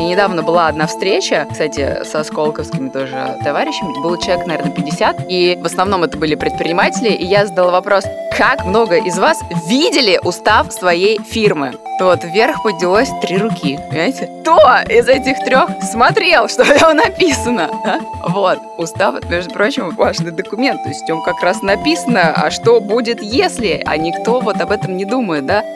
меня недавно была одна встреча, кстати, со сколковскими тоже товарищами. Был человек, наверное, 50, и в основном это были предприниматели, и я задала вопрос, как много из вас видели устав своей фирмы? Вот, вверх поднялось 3 руки, понимаете? Кто из этих 3 смотрел, что там написано? А? Вот, устав, это, между прочим, важный документ, то есть в нем как раз написано, а что будет, если, а никто вот об этом не думает, да?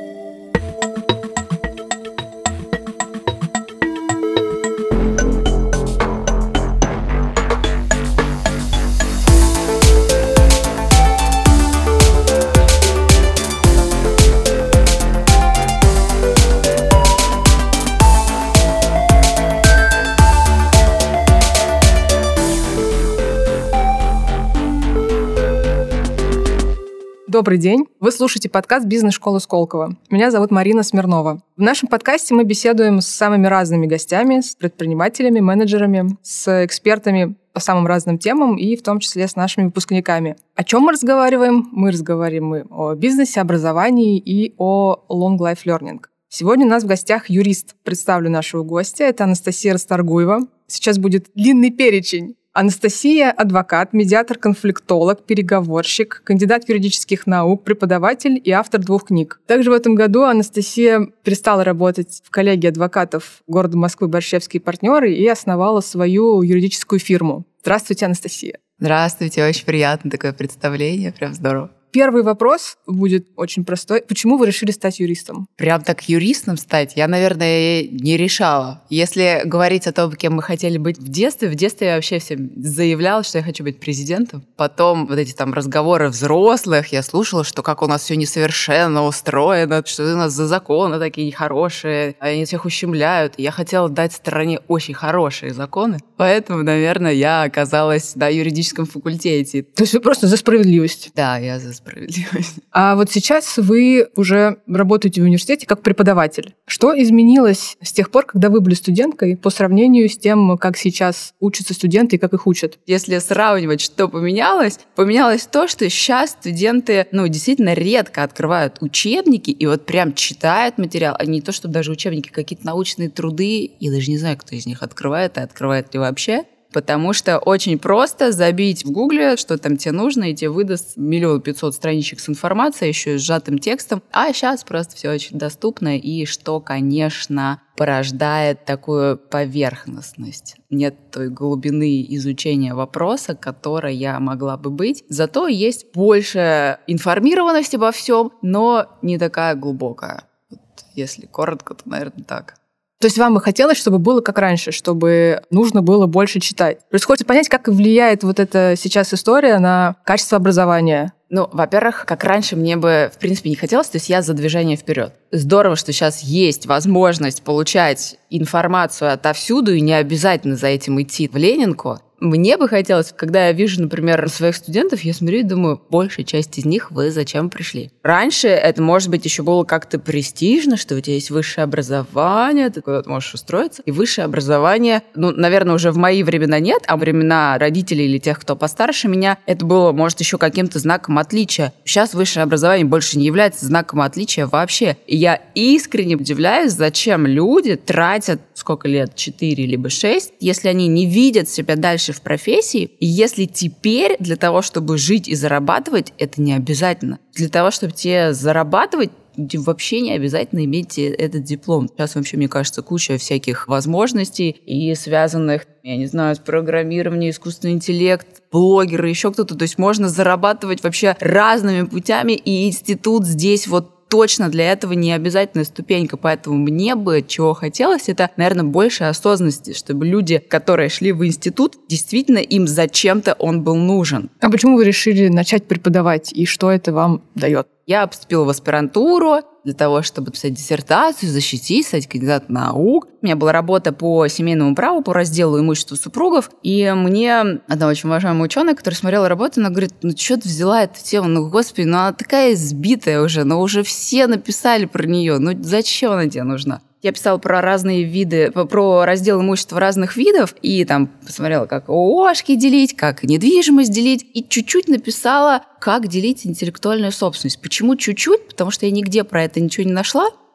Добрый день! Вы слушаете подкаст «Бизнес-школы Сколково». Меня зовут Марина Смирнова. В нашем подкасте мы беседуем с самыми разными гостями, с предпринимателями, менеджерами, с экспертами по самым разным темам и в том числе с нашими выпускниками. О чем мы разговариваем? Мы разговариваем о бизнесе, образовании и о long life learning. Сегодня у нас в гостях юрист. Представлю нашего гостя. Это Анастасия Расторгуева. Сейчас будет длинный перечень. Анастасия – адвокат, медиатор-конфликтолог, переговорщик, кандидат юридических наук, преподаватель и автор 2 книг. Также в этом году Анастасия перестала работать в коллегии адвокатов города Москвы «Борщевские партнеры» и основала свою юридическую фирму. Здравствуйте, Анастасия. Здравствуйте, очень приятно такое представление, прям здорово. Первый вопрос будет очень простой. Почему вы решили стать юристом? Прям так юристом стать я, наверное, не решала. Если говорить о том, кем мы хотели быть в детстве я вообще всем заявляла, что я хочу быть президентом. Потом вот эти там разговоры взрослых, я слушала, что как у нас все несовершенно устроено, что у нас за законы такие нехорошие, они всех ущемляют. Я хотела дать стране очень хорошие законы, поэтому, наверное, я оказалась на юридическом факультете. То есть вы просто за справедливость? Да, я за справедливость. А вот сейчас вы уже работаете в университете как преподаватель. Что изменилось с тех пор, когда вы были студенткой, по сравнению с тем, как сейчас учатся студенты и как их учат? Если сравнивать, что поменялось то, что сейчас студенты, действительно редко открывают учебники и вот прям читают материал, а не то, что даже учебники, какие-то научные труды, я даже не знаю, кто из них открывает и открывает ли вообще. Потому что очень просто забить в Гугле, что там тебе нужно, и тебе выдаст 1 500 000 страничек с информацией, еще и сжатым текстом. А сейчас просто все очень доступно, и что, конечно, порождает такую поверхностность. Нет той глубины изучения вопроса, которой я могла бы быть. Зато есть больше информированности обо всем, но не такая глубокая. Вот если коротко, то, наверное, так. То есть вам бы хотелось, чтобы было как раньше, чтобы нужно было больше читать? То есть хочется понять, как влияет вот эта сейчас история на качество образования? Во-первых, как раньше мне бы, в принципе, не хотелось, то есть я за движение вперед. Здорово, что сейчас есть возможность получать информацию отовсюду, и не обязательно за этим идти в Ленинку. Мне бы хотелось, когда я вижу, например, своих студентов, я смотрю и думаю, большая часть из них, вы зачем пришли? Раньше это, может быть, еще было как-то престижно, что у тебя есть высшее образование, ты куда-то можешь устроиться. И высшее образование, наверное, уже в мои времена нет, а времена родителей или тех, кто постарше меня, это было, может, еще каким-то знаком отличия. Сейчас высшее образование больше не является знаком отличия вообще. И я искренне удивляюсь, зачем люди тратят сколько лет, 4 либо 6, если они не видят себя дальше в профессии, и если теперь для того, чтобы жить и зарабатывать, это не обязательно. Для того, чтобы тебе зарабатывать, вообще не обязательно иметь этот диплом. Сейчас вообще, мне кажется, куча всяких возможностей и связанных, я не знаю, с программированием, искусственный интеллект, блогеры, еще кто-то. То есть можно зарабатывать вообще разными путями, и институт здесь вот точно для этого не обязательная ступенька, поэтому мне бы чего хотелось, это, наверное, больше осознанности, чтобы люди, которые шли в институт, действительно им зачем-то он был нужен. А почему вы решили начать преподавать, и что это вам дает? Я поступила в аспирантуру для того, чтобы писать диссертацию, защитить, стать кандидатом наук. У меня была работа по семейному праву, по разделу имущества супругов. И мне одна очень уважаемая ученая, которая смотрела работу, она говорит, что ты взяла эту тему? Господи, она такая избитая уже, уже все написали про нее. Зачем она тебе нужна? Я писала про разные виды, про раздел имущества разных видов, и там посмотрела, как ООшки делить, как недвижимость делить, и чуть-чуть написала, как делить интеллектуальную собственность. Почему чуть-чуть? Потому что я нигде про это ничего не нашла.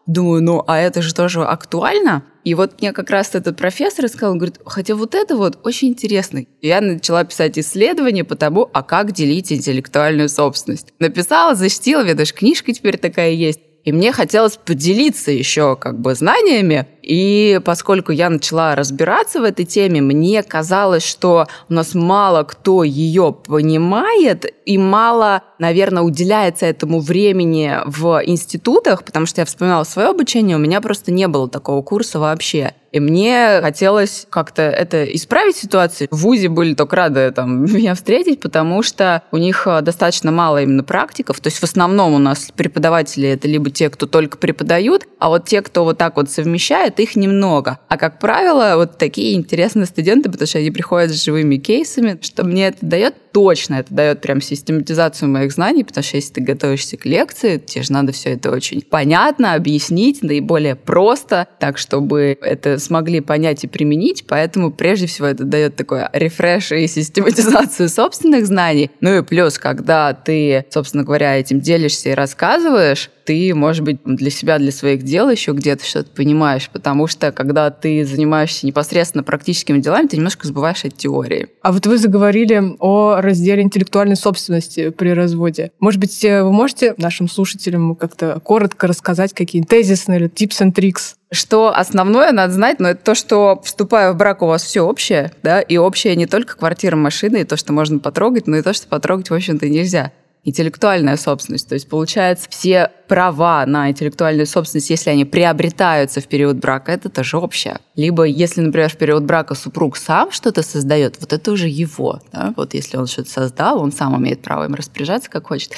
Думаю, а это же тоже актуально. И вот мне как раз этот профессор сказал, он говорит, хотя вот это вот очень интересно. Я начала писать исследования по тому, как делить интеллектуальную собственность. Написала, защитила, у меня даже книжка теперь такая есть. И мне хотелось поделиться еще знаниями. И поскольку я начала разбираться в этой теме, мне казалось, что у нас мало кто ее понимает и мало, наверное, уделяется этому времени в институтах, потому что я вспоминала свое обучение, у меня просто не было такого курса вообще. И мне хотелось как-то это исправить ситуацию. В ВУЗе были только рады меня встретить, потому что у них достаточно мало именно практиков. То есть в основном у нас преподаватели — это либо те, кто только преподают, а вот те, кто вот так вот совмещает, их немного. А как правило, вот такие интересные студенты, потому что они приходят с живыми кейсами, что мне это дает точно, это дает прям систематизацию моих знаний, потому что если ты готовишься к лекции, тебе же надо все это очень понятно объяснить, наиболее просто, так, чтобы это смогли понять и применить, поэтому прежде всего это дает такой рефреш и систематизацию собственных знаний. Ну и плюс, когда ты, собственно говоря, этим делишься и рассказываешь, ты, может быть, для себя, для своих дел еще где-то что-то понимаешь, потому что, когда ты занимаешься непосредственно практическими делами, ты немножко забываешь от теории. А вот вы заговорили о разделе интеллектуальной собственности при разводе. Может быть, вы можете нашим слушателям как-то коротко рассказать какие-то тезисные или tips and tricks? Что основное надо знать, но это то, что, вступая в брак, у вас все общее, да, и общее не только квартира, машина, и то, что можно потрогать, но и то, что потрогать, в общем-то, нельзя. Интеллектуальная собственность. То есть, получается, все права на интеллектуальную собственность, если они приобретаются в период брака, это тоже общее. Либо, если, например, в период брака супруг сам что-то создает, вот это уже его. Да? Вот если он что-то создал, он сам имеет право им распоряжаться, как хочет.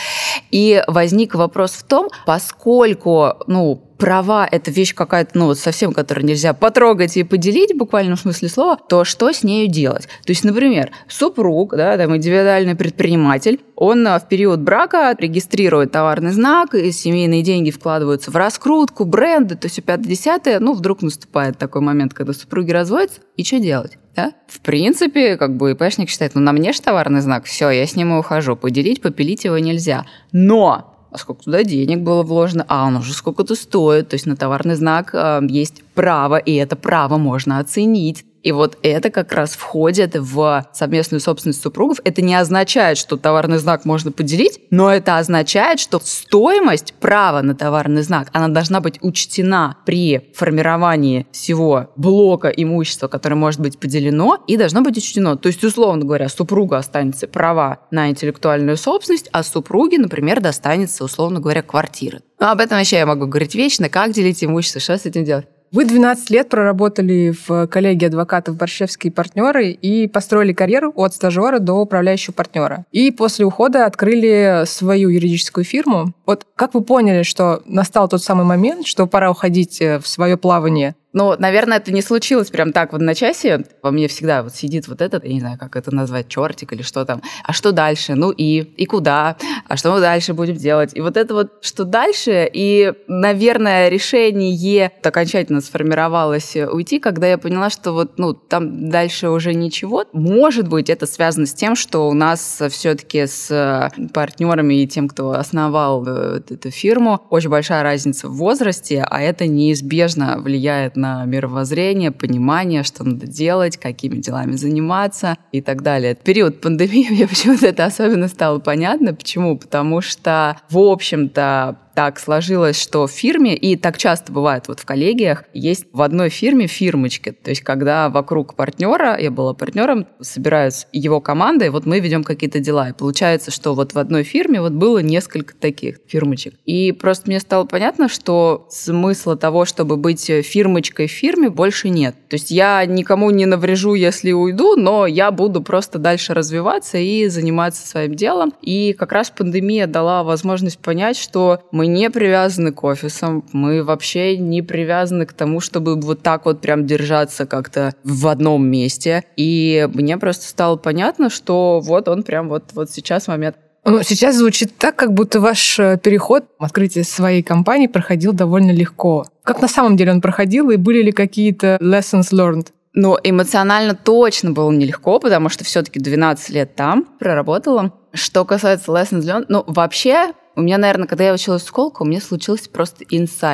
И возник вопрос в том, поскольку, права — это вещь какая-то, совсем, которую нельзя потрогать и поделить, в буквальном смысле слова, то что с нею делать? То есть, например, супруг, индивидуальный предприниматель, он в период брака регистрирует товарный знак, и семейные деньги вкладываются в раскрутку, бренды, то есть 5-10, вдруг наступает такой момент, когда супруги разводятся, и что делать? Да? В принципе, ИПшник считает, на мне же товарный знак, все, я с ним и ухожу, поделить, попилить его нельзя. Но сколько туда денег было вложено, он уже сколько-то стоит, то есть на товарный знак есть право, и это право можно оценить. И вот это как раз входит в совместную собственность супругов. Это не означает, что товарный знак можно поделить, но это означает, что стоимость права на товарный знак, она должна быть учтена при формировании всего блока имущества, которое может быть поделено, и должно быть учтено. То есть, условно говоря, супругу останется права на интеллектуальную собственность, а супруге, например, достанется, условно говоря, квартира. Об этом вообще я могу говорить вечно, как делить имущество, что с этим делать. Вы 12 лет проработали в коллегии адвокатов «Борщевские партнеры» и построили карьеру от стажера до управляющего партнера. И после ухода открыли свою юридическую фирму. Вот как вы поняли, что настал тот самый момент, что пора уходить в свое плавание? Наверное, это не случилось прям так в одночасье. Во мне всегда сидит этот, я не знаю, как это назвать, чертик или что там. А что дальше? И куда? А что мы дальше будем делать? И это что дальше? И, наверное, решение окончательно сформировалось уйти, когда я поняла, что там дальше уже ничего. Может быть, это связано с тем, что у нас все-таки с партнерами и тем, кто основал эту фирму, очень большая разница в возрасте, а это неизбежно влияет на мировоззрение, понимание, что надо делать, какими делами заниматься и так далее. В период пандемии мне почему-то это особенно стало понятно. Почему? Потому что, в общем-то, так сложилось, что в фирме, и так часто бывает в коллегиях, есть в одной фирме фирмочки. То есть, когда вокруг партнера, я была партнером, собираются его команда, и мы ведем какие-то дела. И получается, что в одной фирме было несколько таких фирмочек. И просто мне стало понятно, что смысла того, чтобы быть фирмочкой в фирме, больше нет. То есть я никому не наврежу, если уйду, но я буду просто дальше развиваться и заниматься своим делом. И как раз пандемия дала возможность понять, что мы не привязаны к офисам, мы вообще не привязаны к тому, чтобы так прям держаться как-то в одном месте. И мне просто стало понятно, что он прям сейчас момент. Сейчас звучит так, как будто ваш переход, открытие своей компании проходил довольно легко. Как на самом деле он проходил, и были ли какие-то lessons learned? Эмоционально точно было нелегко, потому что все-таки 12 лет там проработала. Что касается lessons learned, вообще, у меня, наверное, когда я училась в Сколково, у меня случился просто инсайт.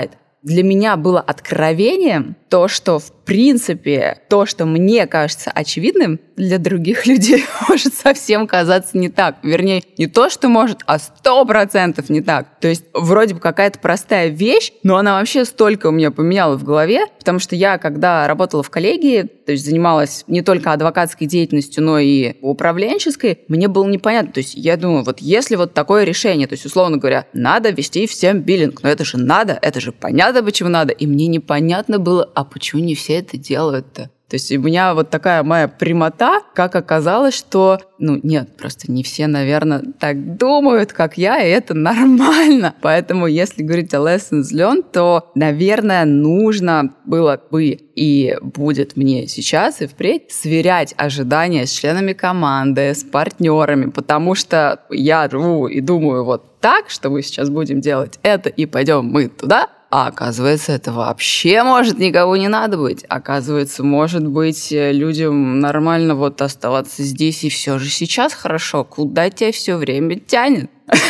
Для меня было откровением то, что в принципе то, что мне кажется очевидным, для других людей может совсем казаться не так. Вернее, не то, что может, а 100% не так. То есть вроде бы какая-то простая вещь, но она вообще столько у меня поменяла в голове, потому что я, когда работала в коллегии, то есть занималась не только адвокатской деятельностью, но и управленческой, мне было непонятно. То есть я думаю, вот если вот такое решение, то есть, условно говоря, надо вести всем биллинг, но это же надо, это же понятно, почему надо. И мне непонятно было, а почему не все это делают-то? То есть у меня вот такая моя прямота, как оказалось, что, нет, просто не все, наверное, так думают, как я, и это нормально. Поэтому, если говорить о lessons learned, то, наверное, нужно было бы и будет мне сейчас и впредь сверять ожидания с членами команды, с партнерами, потому что я живу и думаю вот так, что мы сейчас будем делать это, и пойдем мы туда. А оказывается, это вообще может никого не надо быть. Оказывается, может быть, людям нормально вот оставаться здесь, и все же сейчас хорошо. Куда тебя все время тянет?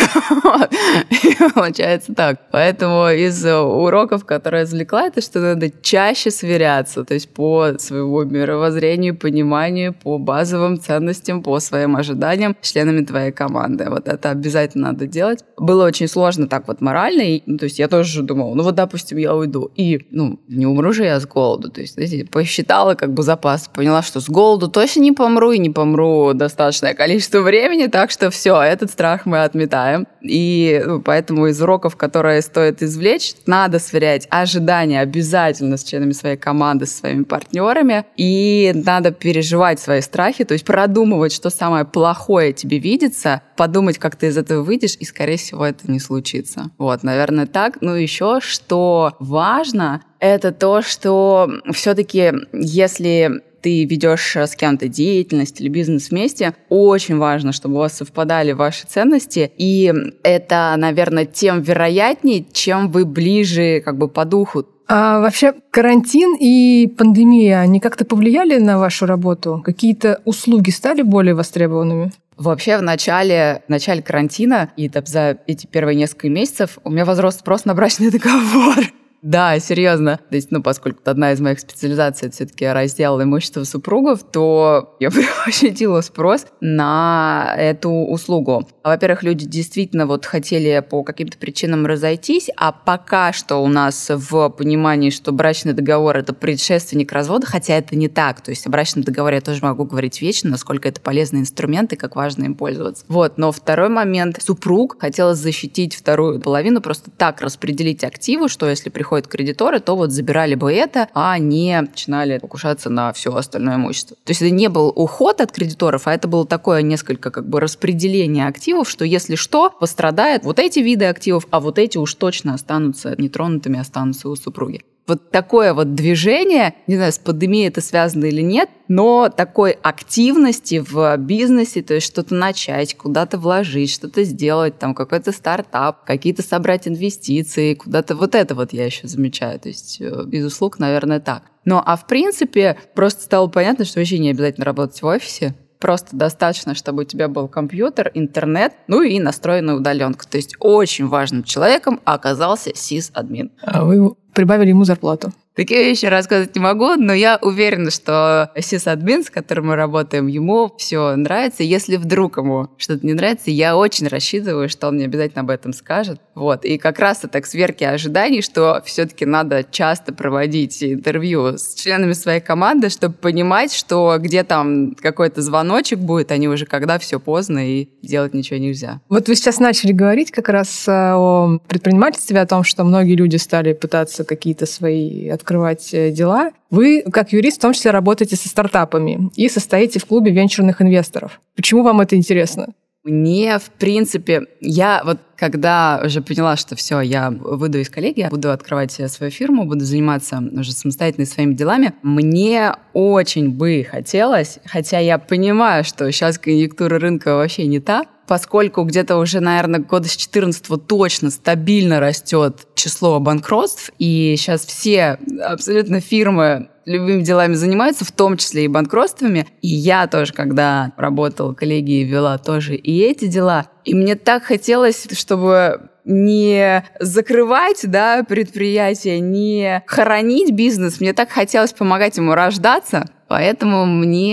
И получается так. Поэтому из уроков, которые я извлекла, это что надо чаще сверяться, то есть по своему мировоззрению, пониманию, по базовым ценностям, по своим ожиданиям с членами твоей команды. Вот это обязательно надо делать. Было очень сложно так вот морально, то есть я тоже думала, вот, допустим, я уйду, и, не умру же я с голоду. То есть, знаете, посчитала как бы запас, поняла, что с голоду точно не помру, и не помру достаточное количество времени, так что все, этот страх мы отметаем. И поэтому из уроков, которые стоит извлечь, надо сверять ожидания обязательно с членами своей команды, со своими партнерами, и надо переживать свои страхи, то есть продумывать, что самое плохое тебе видится, подумать, как ты из этого выйдешь, и, скорее всего, это не случится. Вот, наверное, так. Еще что важно, это то, что все-таки, если ты ведешь с кем-то деятельность или бизнес вместе, очень важно, чтобы у вас совпадали ваши ценности, и это, наверное, тем вероятнее, чем вы ближе как бы по духу. А вообще карантин и пандемия, они как-то повлияли на вашу работу? Какие-то услуги стали более востребованными? Вообще в начале карантина и за эти первые несколько месяцев у меня возрос спрос на брачный договор. Да, серьезно. То есть, поскольку одна из моих специализаций — это все-таки раздел имущества супругов, то я ощутила спрос на эту услугу. Во-первых, люди действительно хотели по каким-то причинам разойтись, а пока что у нас в понимании, что брачный договор — это предшественник развода, хотя это не так. То есть о брачном договоре я тоже могу говорить вечно, насколько это полезный инструмент и как важно им пользоваться. Но второй момент. Супруг хотел защитить вторую половину, просто так распределить активы, что если приходят кредиторы, то забирали бы это, а не начинали покушаться на все остальное имущество. То есть это не был уход от кредиторов, а это было такое несколько распределение активов, что если что, пострадают вот эти виды активов, а вот эти уж точно останутся нетронутыми, останутся у супруги. Вот такое движение, не знаю, с пандемией это связано или нет, но такой активности в бизнесе, то есть что-то начать, куда-то вложить, что-то сделать, какой-то стартап, какие-то собрать инвестиции, куда-то это я еще замечаю. То есть из услуг, наверное, так. А в принципе просто стало понятно, что вообще не обязательно работать в офисе. Просто достаточно, чтобы у тебя был компьютер, интернет, и настроенная удаленка. То есть очень важным человеком оказался сисадмин. А вы прибавили ему зарплату? Такие вещи рассказывать не могу, но я уверена, что сисадмин, с которым мы работаем, ему все нравится. Если вдруг ему что-то не нравится, я очень рассчитываю, что он мне обязательно об этом скажет. И как раз это к сверке ожиданий, что все-таки надо часто проводить интервью с членами своей команды, чтобы понимать, что где там какой-то звоночек будет, а не уже когда все поздно и делать ничего нельзя. Вы сейчас начали говорить как раз о предпринимательстве, о том, что многие люди стали пытаться какие-то свои открывать дела. Вы, как юрист, в том числе работаете со стартапами и состоите в клубе венчурных инвесторов. Почему вам это интересно? Мне, в принципе, я когда уже поняла, что все, я выйду из коллегии, буду открывать свою фирму, буду заниматься уже самостоятельно своими делами, мне очень бы хотелось, хотя я понимаю, что сейчас конъюнктура рынка вообще не та, поскольку где-то уже, наверное, года с 14-го точно стабильно растет число банкротств, и сейчас все абсолютно фирмы любыми делами занимаются, в том числе и банкротствами. И я тоже, когда работала в коллегии, вела тоже и эти дела. И мне так хотелось, чтобы не закрывать, да, предприятие, не хоронить бизнес. Мне так хотелось помогать ему рождаться. Поэтому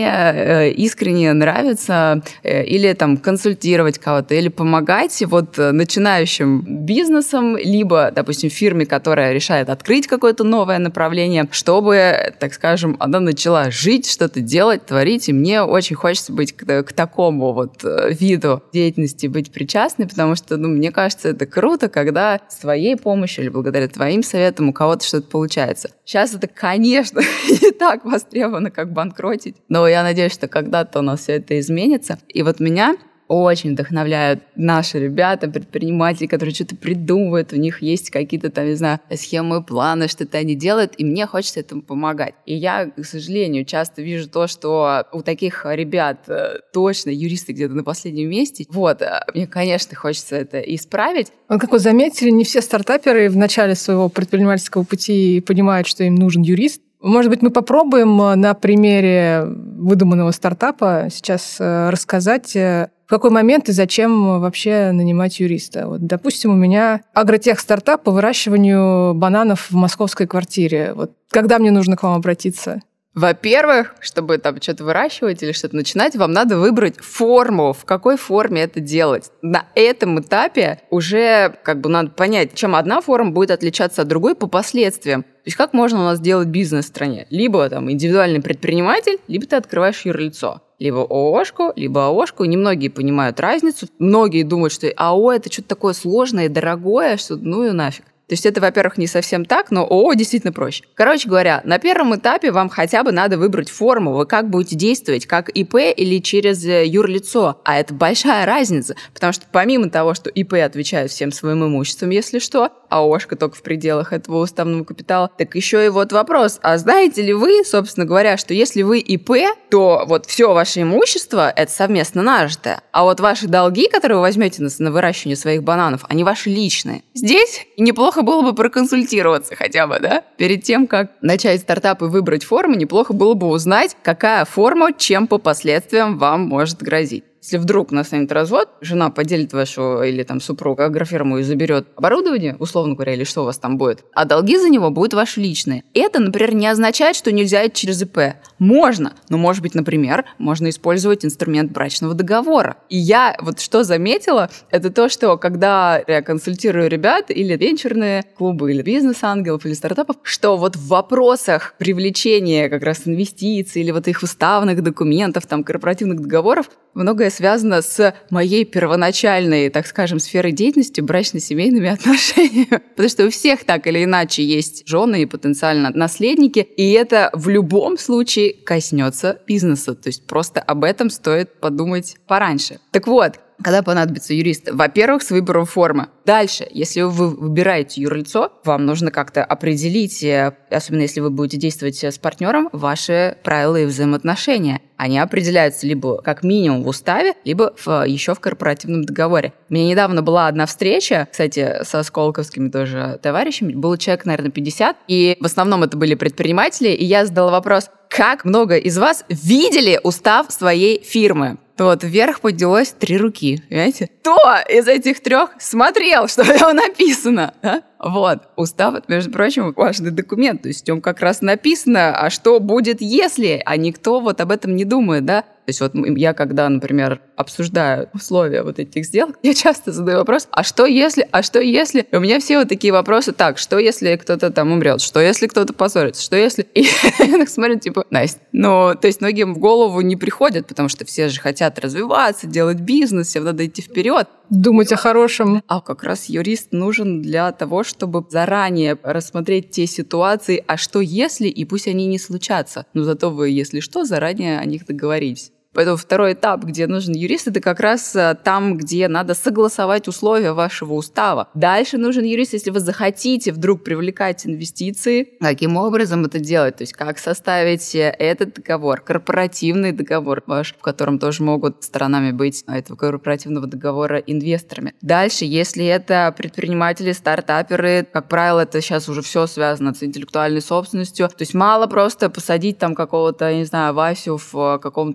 мне искренне нравится или там консультировать кого-то, или помогать вот начинающим бизнесам, либо, допустим, фирме, которая решает открыть какое-то новое направление, чтобы, так скажем, она начала жить, что-то делать, творить. И мне очень хочется быть к такому вот виду деятельности, быть причастной, потому что, мне кажется, это круто, когда с твоей помощью или благодаря твоим советам у кого-то что-то получается. Сейчас это, конечно, не так востребовано, как банкротить. Но я надеюсь, что когда-то у нас все это изменится. И вот меня очень вдохновляют наши ребята, предприниматели, которые что-то придумывают, у них есть какие-то там, не знаю, схемы, планы, что-то они делают, и мне хочется этому помогать. И я, к сожалению, часто вижу то, что у таких ребят точно юристы где-то на последнем месте. Вот, мне, конечно, хочется это исправить. Как вы заметили, не все стартаперы в начале своего предпринимательского пути понимают, что им нужен юрист. Может быть, мы попробуем на примере выдуманного стартапа сейчас рассказать, в какой момент и зачем вообще нанимать юриста. Вот, допустим, у меня агротех-стартап по выращиванию бананов в московской квартире. Вот, когда мне нужно к вам обратиться? Во-первых, чтобы там что-то выращивать или что-то начинать, вам надо выбрать форму, в какой форме это делать. На этом этапе уже надо понять, чем одна форма будет отличаться от другой по последствиям. То есть как можно у нас делать бизнес в стране? Либо там индивидуальный предприниматель, либо ты открываешь юрлицо. Либо ООшку, либо АОшку. Немногие понимают разницу. Многие думают, что АО – это что-то такое сложное и дорогое, что ну и нафиг. То есть это, во-первых, не совсем так, но ООО действительно проще. Короче говоря, на первом этапе вам хотя бы надо выбрать форму. Вы как будете действовать, как ИП или через юрлицо. А это большая разница, потому что помимо того, что ИП отвечает всем своим имуществом, если что, а ООшка только в пределах этого уставного капитала, так еще и вот вопрос. А знаете ли вы, собственно говоря, что если вы ИП, то вот все ваше имущество – это совместно нажитое. А вот ваши долги, которые вы возьмете на выращивание своих бананов, они ваши личные. Здесь неплохо было бы проконсультироваться хотя бы, да? Перед тем, как начать стартап и выбрать форму, неплохо было бы узнать, какая форма чем по последствиям вам может грозить. Если вдруг настанет развод, жена поделит вашу или там супруг агрофирму и заберет оборудование, условно говоря, или что у вас там будет, а долги за него будут ваши личные. Это, например, не означает, что нельзя это через ИП. Можно, но, может быть, например, можно использовать инструмент брачного договора. И я вот что заметила, это то, что когда я консультирую ребят или венчурные клубы, или бизнес-ангелов, или стартапов, что вот в вопросах привлечения как раз инвестиций или вот их уставных документов, там, корпоративных договоров, многое связано с моей первоначальной, так скажем, сферой деятельности, брачно-семейными отношениями. Потому что у всех так или иначе есть жены и потенциально наследники, и это в любом случае коснется бизнеса. То есть просто об этом стоит подумать пораньше. Так вот, когда понадобится юрист? Во-первых, с выбором формы. Дальше, если вы выбираете юрлицо, вам нужно как-то определить, особенно если вы будете действовать с партнером, ваши правила и взаимоотношения. Они определяются либо как минимум в уставе, либо еще в корпоративном договоре. У меня недавно была одна встреча, кстати, со сколковскими тоже товарищами. Был человек, наверное, 50, и в основном это были предприниматели, и я задала вопрос, как много из вас видели устав своей фирмы? Вот, вверх поднялось 3 руки, понимаете? Кто из этих 3 смотрел, что там написано? Да? Вот, устав, это, между прочим, важный документ. То есть в нем как раз написано, а что будет, если, а никто вот об этом не думает, да? То есть вот я, когда, например, обсуждаю условия вот этих сделок, я часто задаю вопрос, а что если? И у меня все вот такие вопросы, так, что если кто-то там умрет? Что если кто-то поссорится? Что если... И я так смотрю, типа, Настя, то есть многим в голову не приходит, потому что все же хотят развиваться, делать бизнес, всем надо идти вперед. Думать о хорошем. А как раз юрист нужен для того, чтобы заранее рассмотреть те ситуации, а что если, и пусть они не случатся. Но зато вы, если что, заранее о них договорились. Поэтому второй этап, где нужен юрист, это как раз там, где надо согласовать условия вашего устава. Дальше нужен юрист, если вы захотите вдруг привлекать инвестиции. Каким образом это делать? То есть как составить этот договор, корпоративный договор ваш, в котором тоже могут сторонами быть этого корпоративного договора инвесторами. Дальше, если это предприниматели, стартаперы, как правило, это сейчас уже все связано с интеллектуальной собственностью. То есть мало просто посадить там какого-то, я не знаю, Васю в каком-то регионе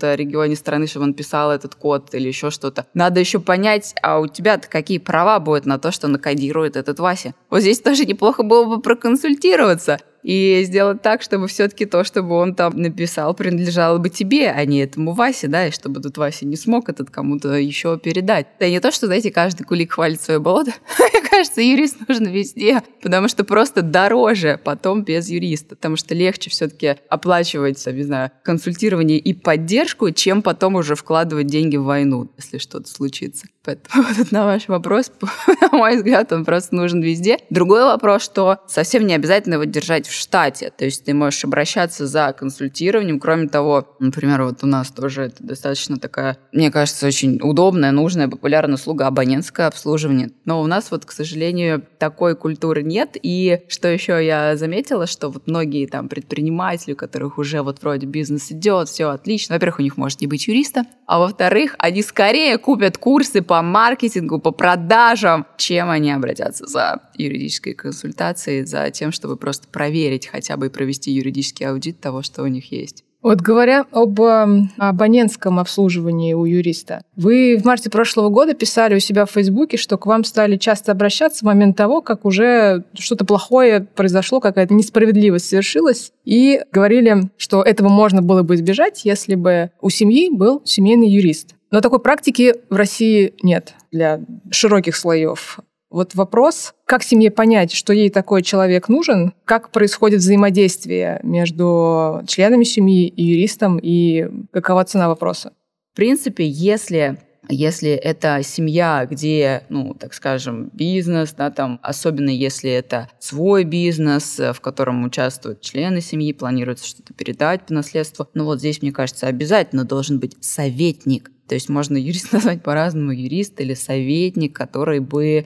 программирования стороны, чтобы он писал этот код или еще что-то. Надо еще понять, а у тебя-то какие права будут на то, что накодирует этот Вася. Вот здесь тоже неплохо было бы проконсультироваться и сделать так, чтобы все-таки то, чтобы он там написал, принадлежало бы тебе, а не этому Васе, да, и чтобы тут Вася не смог этот кому-то еще передать. Да не то, что, знаете, каждый кулик хвалит свое болото. Мне кажется, юрист нужен везде, потому что просто дороже потом без юриста, потому что легче все-таки оплачивать, не знаю, консультирование и поддержку, чем потом уже вкладывать деньги в войну, если что-то случится. Поэтому вот на ваш вопрос, на мой взгляд, он просто нужен везде. Другой вопрос, что совсем не обязательно его держать в штате. То есть ты можешь обращаться за консультированием. Кроме того, например, вот у нас тоже это достаточно такая, мне кажется, очень удобная, нужная, популярная услуга абонентское обслуживание. Но у нас вот, к сожалению, такой культуры нет. И что еще я заметила, что вот многие там предприниматели, у которых уже вот вроде бизнес идет, все отлично. Во-первых, у них может не быть юриста, а во-вторых, они скорее купят курсы по маркетингу, по продажам, чем они обратятся за юридической консультацией, за тем, чтобы просто проверить хотя бы и провести юридический аудит того, что у них есть. Вот говоря об абонентском обслуживании у юриста, вы в марте прошлого года писали у себя в Фейсбуке, что к вам стали часто обращаться в момент того, как уже что-то плохое произошло, какая-то несправедливость совершилась, и говорили, что этого можно было бы избежать, если бы у семьи был семейный юрист. Но такой практики в России нет для широких слоев. Вот вопрос, как семье понять, что ей такой человек нужен, как происходит взаимодействие между членами семьи и юристом, и какова цена вопроса? В принципе, если это семья, где, так скажем, бизнес, да, там, особенно если это свой бизнес, в котором участвуют члены семьи, планируется что-то передать по наследству, вот здесь, мне кажется, обязательно должен быть советник. То есть можно юрист назвать по-разному, юрист или советник, который бы,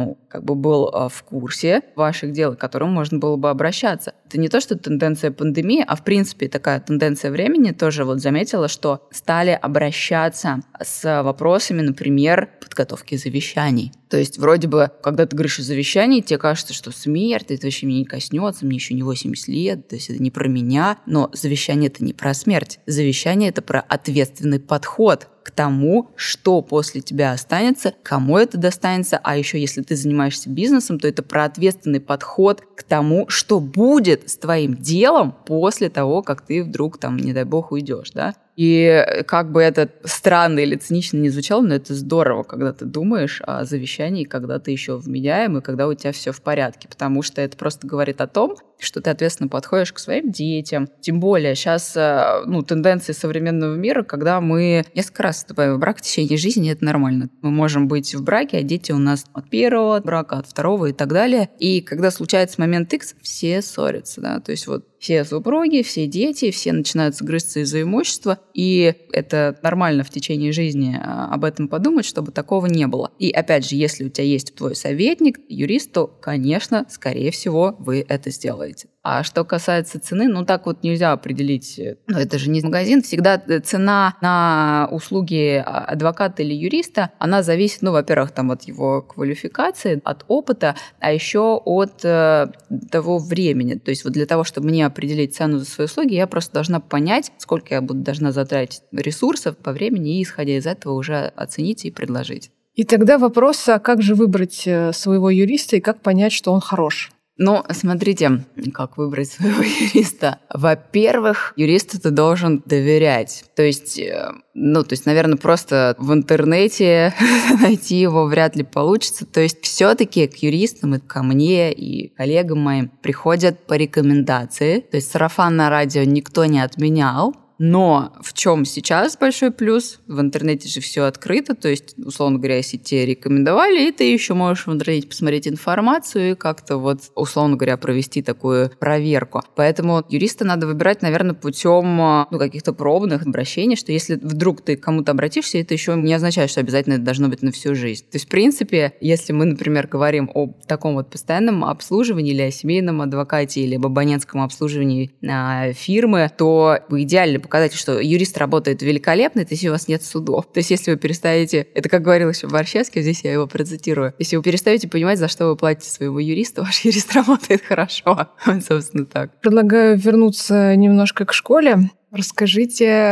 был в курсе ваших дел, к которому можно было бы обращаться. Это не то, что тенденция пандемии, а в принципе такая тенденция времени тоже вот заметила, что стали обращаться с вопросами, например, подготовки завещаний. То есть вроде бы, когда ты говоришь о завещании, тебе кажется, что смерть, это вообще меня не коснется, мне еще не 80 лет, то есть это не про меня. Но завещание – это не про смерть. Завещание – это про ответственный подход к тому, что после тебя останется, кому это достанется, а еще если ты занимаешься бизнесом, то это про ответственный подход к тому, что будет с твоим делом после того, как ты вдруг, не дай бог, уйдешь, да? И как бы это странно или цинично не звучало, но это здорово, когда ты думаешь о завещании, когда ты еще вменяем, и когда у тебя все в порядке, потому что это просто говорит о том, что ты ответственно подходишь к своим детям. Тем более сейчас, тенденции современного мира, когда мы несколько раз вступаем в брак в течение жизни, это нормально. Мы можем быть в браке, а дети у нас от первого брака, от второго и так далее. И когда случается момент X, все ссорятся, да, то есть вот все супруги, все дети, все начинают грызться из-за имущества, и это нормально в течение жизни об этом подумать, чтобы такого не было. И опять же, если у тебя есть твой советник, юрист, то, конечно, скорее всего, вы это сделаете. А что касается цены, так вот нельзя определить, это же не магазин, всегда цена на услуги адвоката или юриста, она зависит, во-первых, от его квалификации, от опыта, а еще от того времени. То есть вот для того, чтобы мне определить цену за свои услуги, я просто должна понять, сколько я должна затратить ресурсов по времени, и исходя из этого уже оценить и предложить. И тогда вопрос, а как же выбрать своего юриста и как понять, что он хорош? Смотрите, как выбрать своего юриста. Во-первых, юристу ты должен доверять. То есть, наверное, просто в интернете найти его вряд ли получится. То есть все-таки к юристам и ко мне, и коллегам моим приходят по рекомендации. То есть сарафанное радио никто не отменял. Но в чем сейчас большой плюс? В интернете же все открыто, то есть, условно говоря, если тебе рекомендовали, и ты еще можешь в интернете посмотреть информацию и как-то условно говоря, провести такую проверку. Поэтому юриста надо выбирать, наверное, путем каких-то пробных обращений, что если вдруг ты к кому-то обратишься, это еще не означает, что обязательно это должно быть на всю жизнь. То есть, в принципе, если мы, например, говорим о таком постоянном обслуживании или о семейном адвокате или об абонентском обслуживании фирмы, то идеально показатель, что юрист работает великолепно, это если у вас нет судов. То есть если вы перестаете, это как говорил еще Борщевский, здесь я его процитирую, если вы перестаете понимать, за что вы платите своему юристу, ваш юрист работает хорошо. Собственно, так. Предлагаю вернуться немножко к школе. Расскажите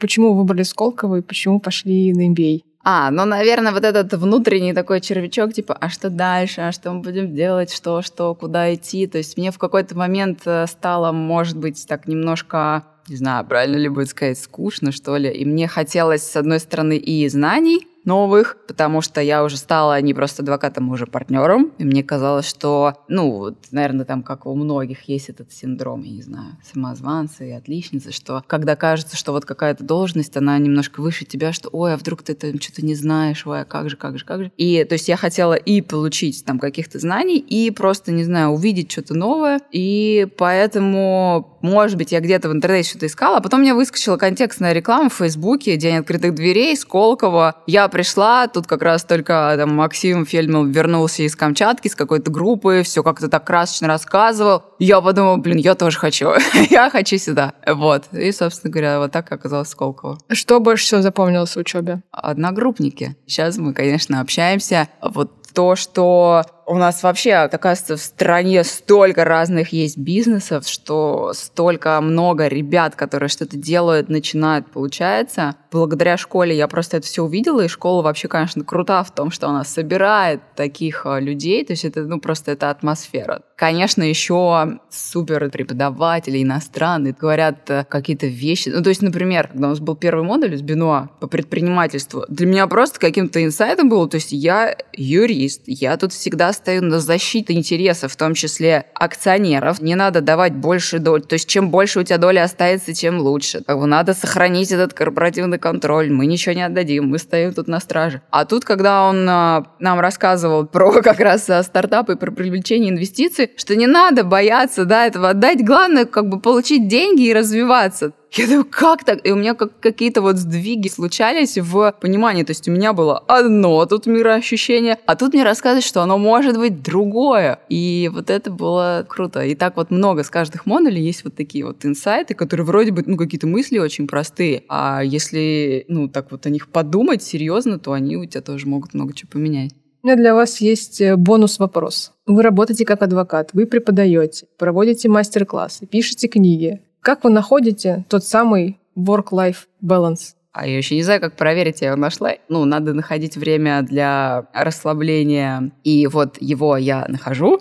Почему выбрали Сколково и почему пошли на MBA? Ну, наверное, вот этот внутренний такой червячок, типа, а что дальше, а что мы будем делать, что, куда идти. То есть мне в какой-то момент стало, может быть, так немножко, не знаю, правильно ли будет сказать, скучно, что ли. И мне хотелось, с одной стороны, и знаний новых, потому что я уже стала не просто адвокатом, а уже партнером. И мне казалось, что, наверное, там, как у многих, есть этот синдром, я не знаю, самозванца и отличницы, что когда кажется, что вот какая-то должность, она немножко выше тебя, что, ой, а вдруг ты это что-то не знаешь, ой, а как же. И, то есть, я хотела и получить там каких-то знаний, и просто, не знаю, увидеть что-то новое. И поэтому, может быть, я где-то в интернете что-то искала, а потом мне выскочила контекстная реклама в Фейсбуке, День открытых дверей, Сколково. Я пришла, тут как раз только там Максим Фельдман вернулся из Камчатки, с какой-то группы, все как-то так красочно рассказывал. Я подумала, я тоже хочу. Я хочу сюда. Вот. И, собственно говоря, вот так оказалось Сколково. Что больше всего запомнилось в учебе? Одногруппники. Сейчас мы, конечно, общаемся. Вот то, что у нас вообще, оказывается, в стране столько разных есть бизнесов, что столько много ребят, которые что-то делают, начинают, получается. Благодаря школе я просто это все увидела, и школа вообще, конечно, крута в том, что она собирает таких людей, то есть это, просто это атмосфера. Конечно, еще супер преподаватели иностранные говорят какие-то вещи. То есть, например, когда у нас был первый модуль из Бенуа по предпринимательству, для меня просто каким-то инсайтом было, то есть я юрист, я тут всегда стою на защите интересов, в том числе акционеров. Не надо давать больше доль. То есть чем больше у тебя доли останется, тем лучше. Надо сохранить этот корпоративный контроль. Мы ничего не отдадим, мы стоим тут на страже. А тут, когда он нам рассказывал про как раз стартапы и про привлечение инвестиций, что не надо бояться этого отдать. Главное, получить деньги и развиваться. Я думаю, как так? И у меня какие-то сдвиги случались в понимании. То есть у меня было одно тут мироощущение, а тут мне рассказывают, что оно может быть другое. И вот это было круто. И так много с каждых модулей есть такие инсайты, которые вроде бы, какие-то мысли очень простые. А если, о них подумать серьезно, то они у тебя тоже могут много чего поменять. У меня для вас есть бонус-вопрос. Вы работаете как адвокат, вы преподаете, проводите мастер-классы, пишете книги. Как вы находите тот самый work-life balance? А я еще не знаю, как проверить, я его нашла. Надо находить время для расслабления. И его я нахожу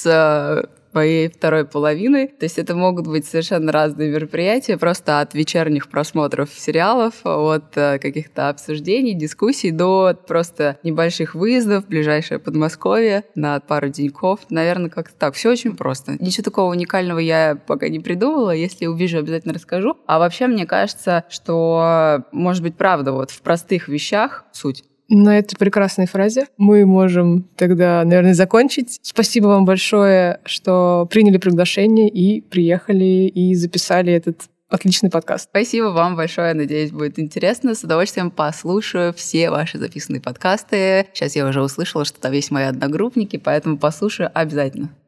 с моей второй половины. То есть это могут быть совершенно разные мероприятия, просто от вечерних просмотров сериалов, от каких-то обсуждений, дискуссий до просто небольших выездов в ближайшее Подмосковье на пару деньков. Наверное, как-то так. Все очень просто. Ничего такого уникального я пока не придумала. Если увижу, обязательно расскажу. А вообще, мне кажется, что, может быть, правда, в простых вещах суть. На этой прекрасной фразе мы можем тогда, наверное, закончить. Спасибо вам большое, что приняли приглашение и приехали, и записали этот отличный подкаст. Спасибо вам большое. Надеюсь, будет интересно. С удовольствием послушаю все ваши записанные подкасты. Сейчас я уже услышала, что там есть мои одногруппники, поэтому послушаю обязательно.